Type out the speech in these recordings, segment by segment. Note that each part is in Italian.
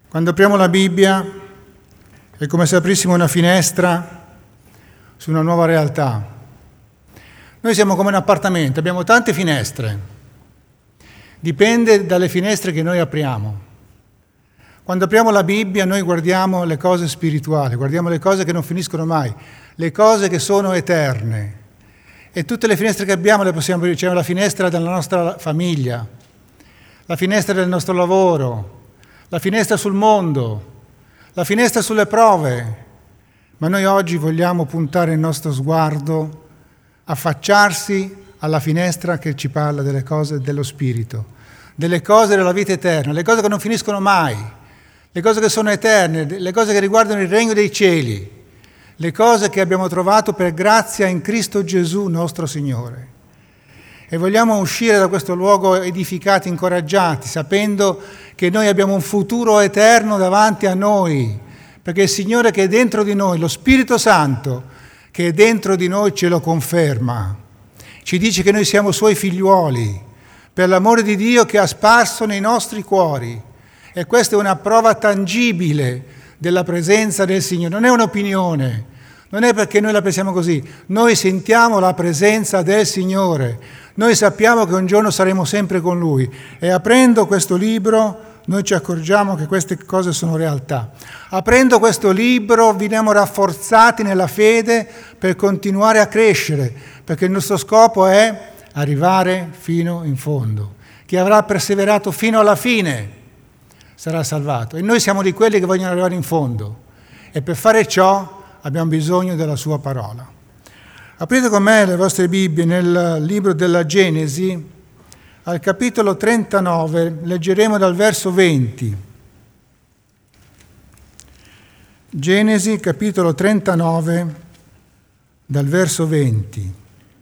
Quando apriamo la Bibbia è come se aprissimo una finestra su una nuova realtà. Noi siamo come un appartamento, abbiamo tante finestre. Dipende dalle finestre che noi apriamo. Quando apriamo la Bibbia noi guardiamo le cose spirituali, guardiamo le cose che non finiscono mai, le cose che sono eterne. E tutte le finestre che abbiamo le possiamo aprire. C'è la finestra della nostra famiglia, la finestra del nostro lavoro, la finestra sul mondo, la finestra sulle prove. Ma noi oggi vogliamo puntare il nostro sguardo, affacciarsi alla finestra che ci parla delle cose dello Spirito, delle cose della vita eterna, le cose che non finiscono mai, le cose che sono eterne, le cose che riguardano il regno dei cieli, le cose che abbiamo trovato per grazia in Cristo Gesù nostro Signore. E vogliamo uscire da questo luogo edificati, incoraggiati, sapendo che noi abbiamo un futuro eterno davanti a noi, perché il Signore che è dentro di noi, lo Spirito Santo che è dentro di noi ce lo conferma. Ci dice che noi siamo Suoi figliuoli, per l'amore di Dio che ha sparso nei nostri cuori. E questa è una prova tangibile della presenza del Signore. Non è un'opinione, non è perché noi la pensiamo così. Noi sentiamo la presenza del Signore. Noi sappiamo che un giorno saremo sempre con Lui. E aprendo questo libro noi ci accorgiamo che queste cose sono realtà. Aprendo questo libro veniamo rafforzati nella fede per continuare a crescere, perché il nostro scopo è arrivare fino in fondo. Chi avrà perseverato fino alla fine sarà salvato. E noi siamo di quelli che vogliono arrivare in fondo. E per fare ciò abbiamo bisogno della Sua parola. Aprite con me le vostre Bibbie nel libro della Genesi, al capitolo 39, leggeremo dal verso 20. Genesi, capitolo 39, dal verso 20.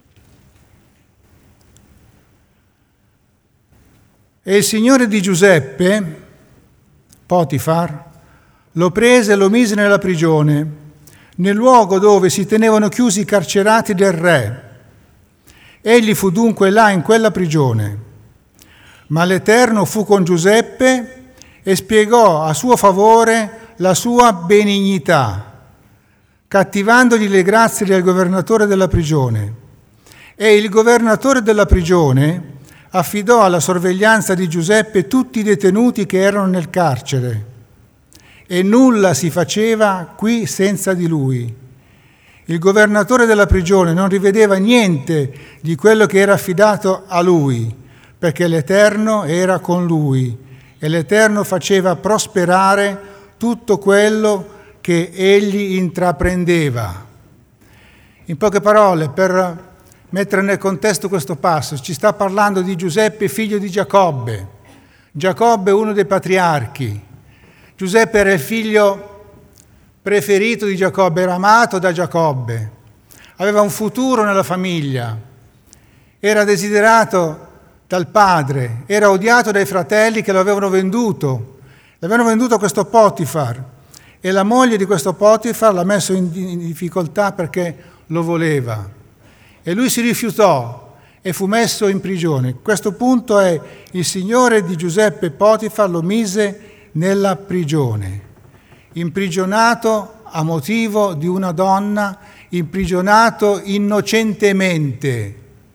E il signore di Giuseppe, Potifar, lo prese e lo mise nella prigione, nel luogo dove si tenevano chiusi i carcerati del re. Egli fu dunque là in quella prigione. Ma l'Eterno fu con Giuseppe e spiegò a suo favore la sua benignità, cattivandogli le grazie del governatore della prigione. E il governatore della prigione affidò alla sorveglianza di Giuseppe tutti i detenuti che erano nel carcere, e nulla si faceva qui senza di lui. Il governatore della prigione non rivedeva niente di quello che era affidato a lui, perché l'Eterno era con lui e l'Eterno faceva prosperare tutto quello che egli intraprendeva. In poche parole, per mettere nel contesto questo passo, ci sta parlando di Giuseppe, figlio di Giacobbe. Giacobbe è uno dei patriarchi. Giuseppe era il figlio preferito di Giacobbe, era amato da Giacobbe, aveva un futuro nella famiglia, era desiderato dal padre, era odiato dai fratelli che lo avevano venduto a questo Potifar, e la moglie di questo Potifar l'ha messo in difficoltà perché lo voleva, e lui si rifiutò e fu messo in prigione. Questo punto è: il signore di Giuseppe, Potifar, lo mise nella prigione, imprigionato a motivo di una donna, imprigionato innocentemente,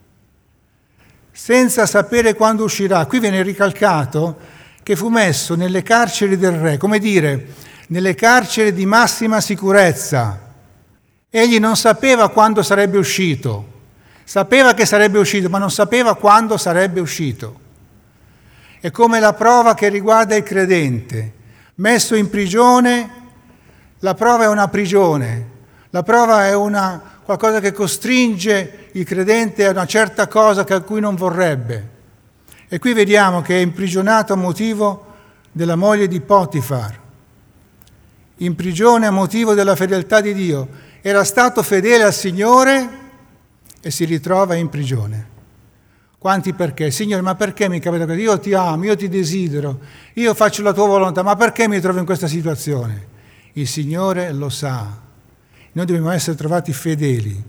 senza sapere quando uscirà. Qui viene ricalcato che fu messo nelle carceri del re, come dire, nelle carceri di massima sicurezza. Egli non sapeva quando sarebbe uscito, sapeva che sarebbe uscito, ma non sapeva quando sarebbe uscito. È come la prova che riguarda il credente, messo in prigione. La prova è una prigione, la prova è qualcosa che costringe il credente a una certa cosa a cui non vorrebbe. E qui vediamo che è imprigionato a motivo della moglie di Potifar, in prigione a motivo della fedeltà di Dio. Era stato fedele al Signore e si ritrova in prigione. Quanti perché? Signore, ma perché mi capita così? Io ti amo, io ti desidero, io faccio la tua volontà, ma perché mi trovo in questa situazione? Il Signore lo sa. Noi dobbiamo essere trovati fedeli.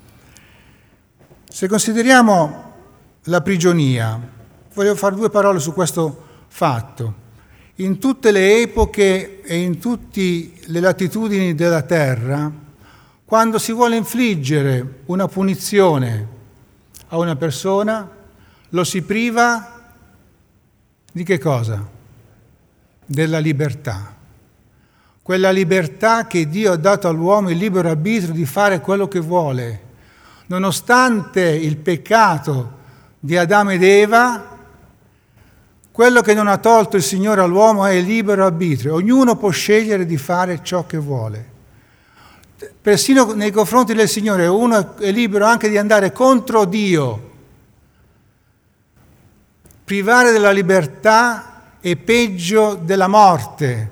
Se consideriamo la prigionia, voglio fare due parole su questo fatto. in tutte le epoche e in tutte le latitudini della terra, quando si vuole infliggere una punizione a una persona, lo si priva di che cosa? Della libertà. Quella libertà che Dio ha dato all'uomo, il libero arbitrio di fare quello che vuole. Nonostante il peccato di Adamo ed Eva, quello che non ha tolto il Signore all'uomo è il libero arbitrio. Ognuno può scegliere di fare ciò che vuole. Persino nei confronti del Signore uno è libero anche di andare contro Dio. Privare della libertà è peggio della morte.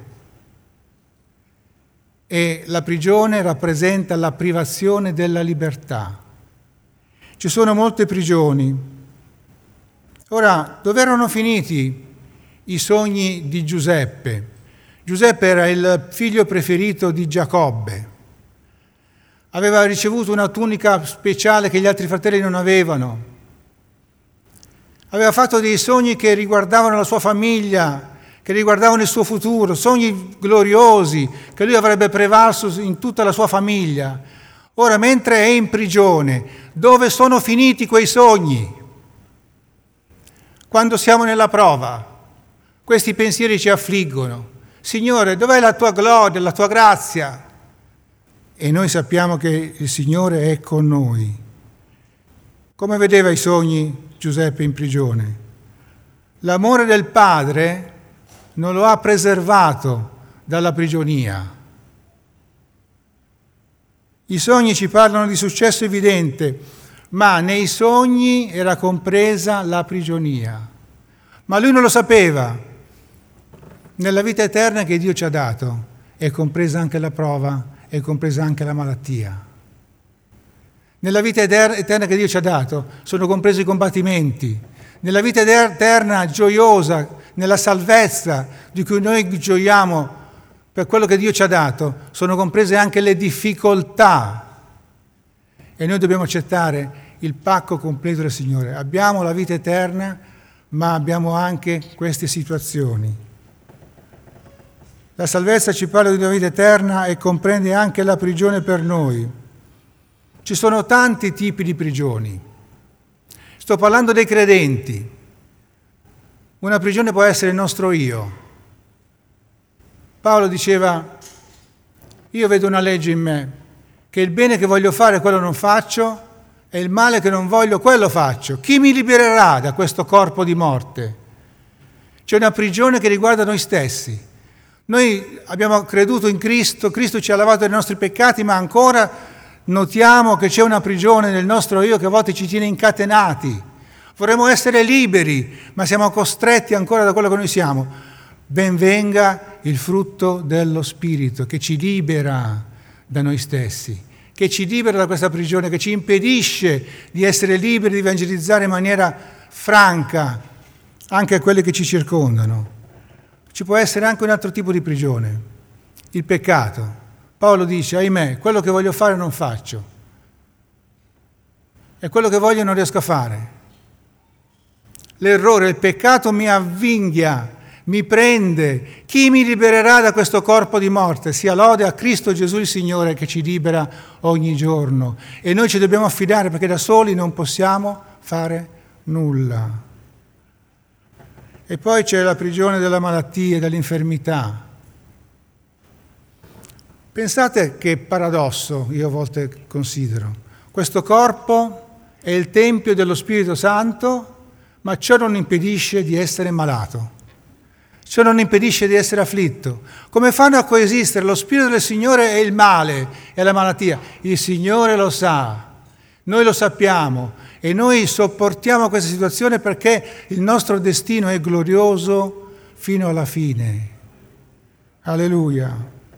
E la prigione rappresenta la privazione della libertà. Ci sono molte prigioni. Ora, dove erano finiti i sogni di Giuseppe? Giuseppe era il figlio preferito di Giacobbe. Aveva ricevuto una tunica speciale che gli altri fratelli non avevano. Aveva fatto dei sogni che riguardavano la sua famiglia, che riguardavano il suo futuro, sogni gloriosi che lui avrebbe prevalso in tutta la sua famiglia. Ora, mentre è in prigione, dove sono finiti quei sogni? Quando siamo nella prova, questi pensieri ci affliggono. Signore, dov'è la tua gloria, la tua grazia? E noi sappiamo che il Signore è con noi. Come vedeva i sogni Giuseppe in prigione? L'amore del Padre non lo ha preservato dalla prigionia. I sogni ci parlano di successo evidente, ma nei sogni era compresa la prigionia. Ma lui non lo sapeva. Nella vita eterna che Dio ci ha dato è compresa anche la prova, è compresa anche la malattia. Nella vita eterna che Dio ci ha dato sono compresi i combattimenti. Nella vita eterna gioiosa, nella salvezza di cui noi gioiamo per quello che Dio ci ha dato, sono comprese anche le difficoltà. E noi dobbiamo accettare il pacco completo del Signore. Abbiamo la vita eterna, ma abbiamo anche queste situazioni. La salvezza ci parla di una vita eterna e comprende anche la prigione per noi. Ci sono tanti tipi di prigioni. Sto parlando dei credenti. Una prigione può essere il nostro io. Paolo diceva: io vedo una legge in me, che il bene che voglio fare quello non faccio, e il male che non voglio quello faccio. Chi mi libererà da questo corpo di morte? C'è una prigione che riguarda noi stessi. Noi abbiamo creduto in Cristo, Cristo ci ha lavato dai nostri peccati, ma ancora notiamo che c'è una prigione nel nostro io che a volte ci tiene incatenati. Vorremmo essere liberi, ma siamo costretti ancora da quello che noi siamo. Ben venga il frutto dello Spirito che ci libera da noi stessi, che ci libera da questa prigione, che ci impedisce di essere liberi di evangelizzare in maniera franca anche a quelli che ci circondano. Ci può essere anche un altro tipo di prigione, il peccato. Paolo dice: ahimè, quello che voglio fare non faccio, e quello che voglio non riesco a fare. L'errore, il peccato mi avvinghia, mi prende. Chi mi libererà da questo corpo di morte? Sia lode a Cristo Gesù il Signore che ci libera ogni giorno. E noi ci dobbiamo affidare, perché da soli non possiamo fare nulla. E poi c'è la prigione della malattia e dell'infermità. Pensate che paradosso io a volte considero. Questo corpo è il tempio dello Spirito Santo, ma ciò non impedisce di essere malato. Ciò non impedisce di essere afflitto. Come fanno a coesistere lo Spirito del Signore e il male e la malattia? Il Signore lo sa, noi lo sappiamo e noi sopportiamo questa situazione perché il nostro destino è glorioso fino alla fine. Alleluia.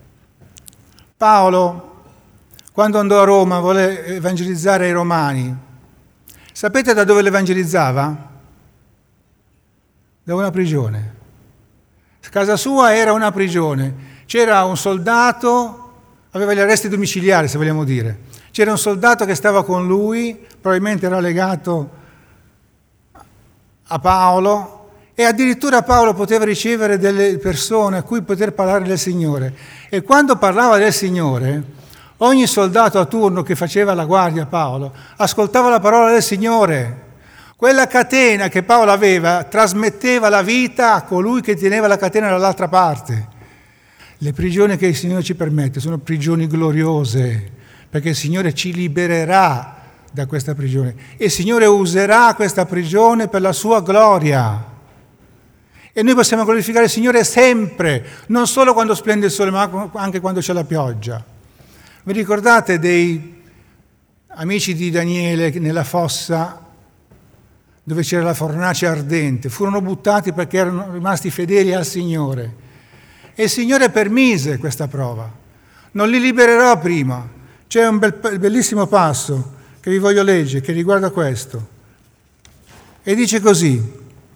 Paolo, quando andò a Roma, volle evangelizzare ai Romani. Sapete da dove l'evangelizzava? Da una prigione. Casa sua era una prigione. C'era un soldato, aveva gli arresti domiciliari, se vogliamo dire. C'era un soldato che stava con lui, probabilmente era legato a Paolo, E addirittura Paolo poteva ricevere delle persone a cui poter parlare del Signore. E quando parlava del Signore, ogni soldato a turno che faceva la guardia a Paolo ascoltava la parola del Signore. Quella catena che Paolo aveva trasmetteva la vita a colui che teneva la catena dall'altra parte. Le prigioni che il Signore ci permette sono prigioni gloriose, perché il Signore ci libererà da questa prigione. E il Signore userà questa prigione per la sua gloria. E noi possiamo glorificare il Signore sempre, non solo quando splende il sole, ma anche quando c'è la pioggia. Vi ricordate dei amici di Daniele nella fossa dove c'era la fornace ardente? Furono buttati perché erano rimasti fedeli al Signore. E il Signore permise questa prova. Non li libererò prima. C'è un bellissimo passo che vi voglio leggere, che riguarda questo. E dice così: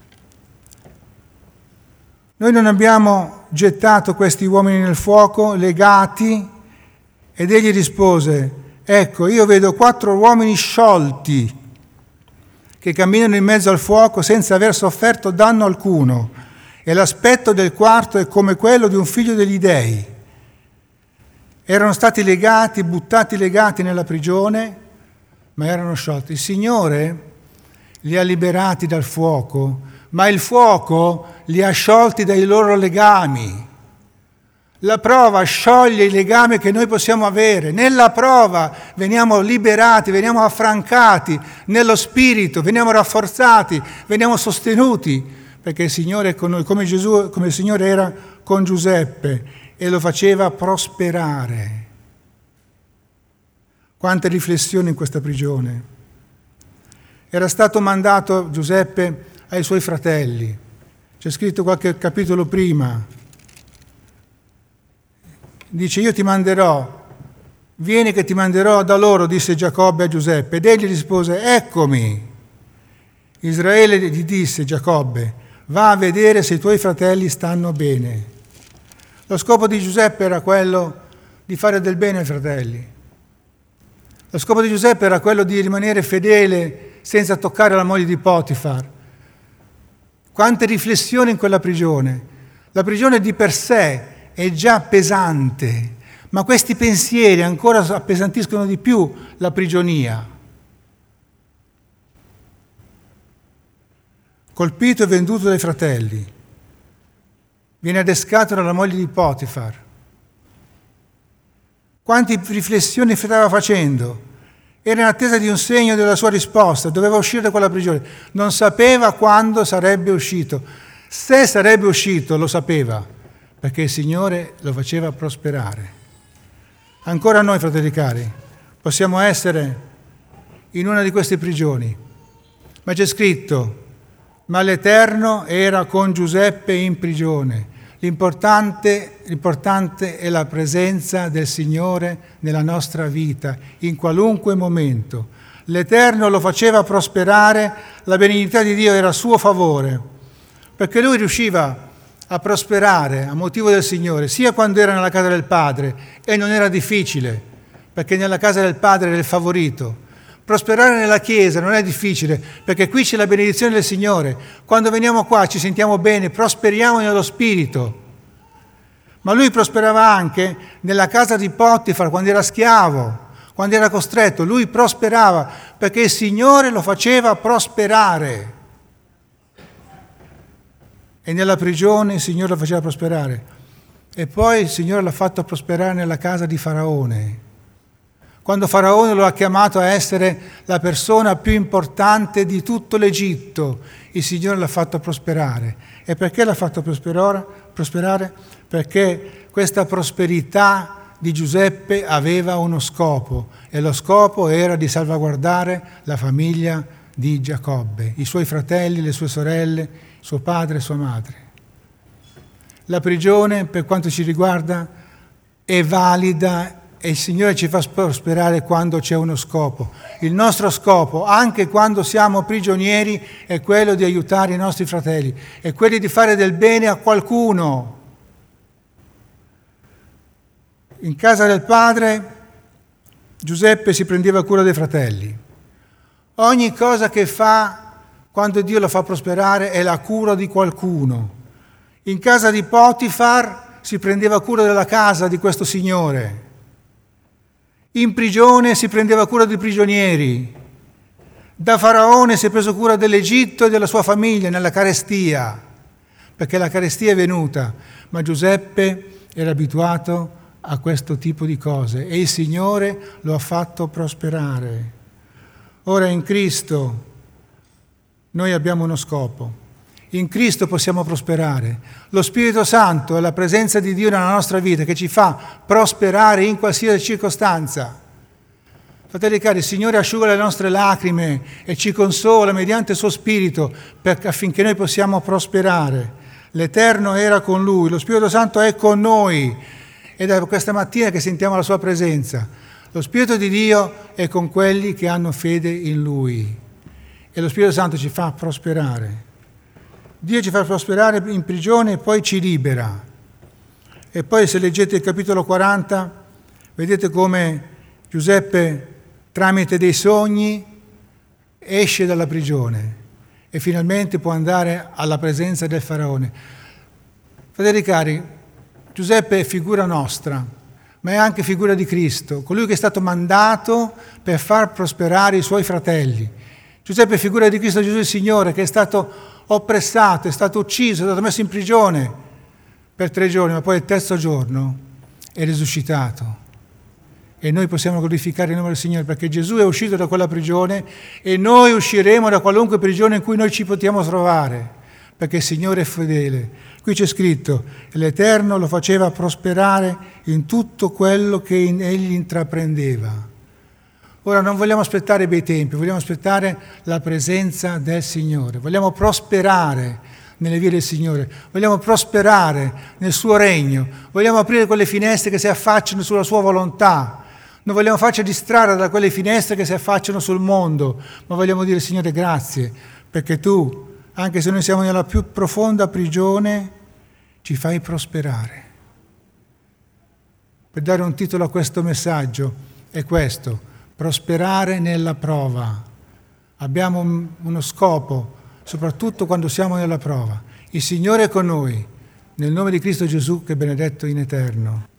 noi non abbiamo gettato questi uomini nel fuoco, legati, ed egli rispose: ecco, io vedo 4 uomini sciolti che camminano in mezzo al fuoco senza aver sofferto danno alcuno, e l'aspetto del quarto è come quello di un figlio degli dei. Erano stati legati, buttati legati nella prigione, ma erano sciolti. Il Signore li ha liberati dal fuoco, ma il fuoco li ha sciolti dai loro legami. La prova scioglie i legami che noi possiamo avere. Nella prova veniamo liberati, veniamo affrancati nello spirito, veniamo rafforzati, veniamo sostenuti, perché il Signore è con noi, come il Signore era con Giuseppe e lo faceva prosperare. Quante riflessioni in questa prigione. Era stato mandato Giuseppe ai suoi fratelli. C'è scritto qualche capitolo prima. Dice: io ti manderò, vieni che ti manderò da loro, disse Giacobbe a Giuseppe. Ed egli rispose: eccomi. Israele gli disse: Giacobbe, va a vedere se i tuoi fratelli stanno bene. Lo scopo di Giuseppe era quello di fare del bene ai fratelli. Lo scopo di Giuseppe era quello di rimanere fedele senza toccare la moglie di Potifar. Quante riflessioni in quella prigione. La prigione di per sé è già pesante, ma questi pensieri ancora appesantiscono di più la prigionia. Colpito e venduto dai fratelli, viene adescato dalla moglie di Potifar. Quante riflessioni stava facendo? Era in attesa di un segno della sua risposta, doveva uscire da quella prigione. Non sapeva quando sarebbe uscito. Se sarebbe uscito, lo sapeva, perché il Signore lo faceva prosperare. Ancora noi, fratelli cari, possiamo essere in una di queste prigioni, ma c'è scritto: ma l'Eterno era con Giuseppe in prigione. L'importante è la presenza del Signore nella nostra vita, in qualunque momento. L'Eterno lo faceva prosperare, la benignità di Dio era a suo favore, perché lui riusciva a prosperare a motivo del Signore, sia quando era nella casa del Padre, e non era difficile, perché nella casa del Padre era il favorito. Prosperare nella Chiesa non è difficile, perché qui c'è la benedizione del Signore. Quando veniamo qua ci sentiamo bene, prosperiamo nello Spirito. Ma lui prosperava anche nella casa di Potifar, quando era schiavo, quando era costretto. Lui prosperava, perché il Signore lo faceva prosperare. E nella prigione il Signore lo faceva prosperare. E poi il Signore l'ha fatto prosperare nella casa di Faraone. Quando Faraone lo ha chiamato a essere la persona più importante di tutto l'Egitto, il Signore l'ha fatto prosperare. E perché l'ha fatto prosperare? Perché questa prosperità di Giuseppe aveva uno scopo, e lo scopo era di salvaguardare la famiglia di Giacobbe, i suoi fratelli, le sue sorelle, suo padre e sua madre. La prigione, per quanto ci riguarda, è valida, e il Signore ci fa prosperare quando c'è uno scopo. Il nostro scopo, anche quando siamo prigionieri, è quello di aiutare i nostri fratelli, è quello di fare del bene a qualcuno. In casa del padre Giuseppe si prendeva cura dei fratelli. Ogni cosa che fa quando Dio lo fa prosperare, è la cura di qualcuno. In casa di Potifar si prendeva cura della casa di questo signore. In prigione si prendeva cura dei prigionieri. Da Faraone si è preso cura dell'Egitto e della sua famiglia nella carestia, perché la carestia è venuta, ma Giuseppe era abituato a questo tipo di cose e il Signore lo ha fatto prosperare. Ora in Cristo noi abbiamo uno scopo. In Cristo possiamo prosperare. Lo Spirito Santo è la presenza di Dio nella nostra vita che ci fa prosperare in qualsiasi circostanza. Fratelli cari, il Signore asciuga le nostre lacrime e ci consola mediante il suo Spirito affinché noi possiamo prosperare. L'Eterno era con Lui, lo Spirito Santo è con noi ed è questa mattina che sentiamo la sua presenza. Lo Spirito di Dio è con quelli che hanno fede in Lui e lo Spirito Santo ci fa prosperare. Dio ci fa prosperare in prigione e poi ci libera. E poi se leggete il capitolo 40, vedete come Giuseppe tramite dei sogni esce dalla prigione e finalmente può andare alla presenza del Faraone. Fratelli cari, Giuseppe è figura nostra, ma è anche figura di Cristo, colui che è stato mandato per far prosperare i suoi fratelli. Giuseppe è figura di Cristo Gesù il Signore, che è stato oppressato, è stato ucciso, è stato messo in prigione per 3 giorni, ma poi il terzo giorno è risuscitato. E noi possiamo glorificare il nome del Signore perché Gesù è uscito da quella prigione e noi usciremo da qualunque prigione in cui noi ci possiamo trovare, perché il Signore è fedele. Qui c'è scritto che l'Eterno lo faceva prosperare in tutto quello che egli intraprendeva. Ora non vogliamo aspettare i bei tempi, vogliamo aspettare la presenza del Signore, vogliamo prosperare nelle vie del Signore, vogliamo prosperare nel suo regno, vogliamo aprire quelle finestre che si affacciano sulla sua volontà, non vogliamo farci distrarre da quelle finestre che si affacciano sul mondo, ma vogliamo dire Signore grazie, perché tu, anche se noi siamo nella più profonda prigione, ci fai prosperare. Per dare un titolo a questo messaggio è questo: prosperare nella prova. Abbiamo uno scopo, soprattutto quando siamo nella prova. Il Signore è con noi, nel nome di Cristo Gesù che è benedetto in eterno.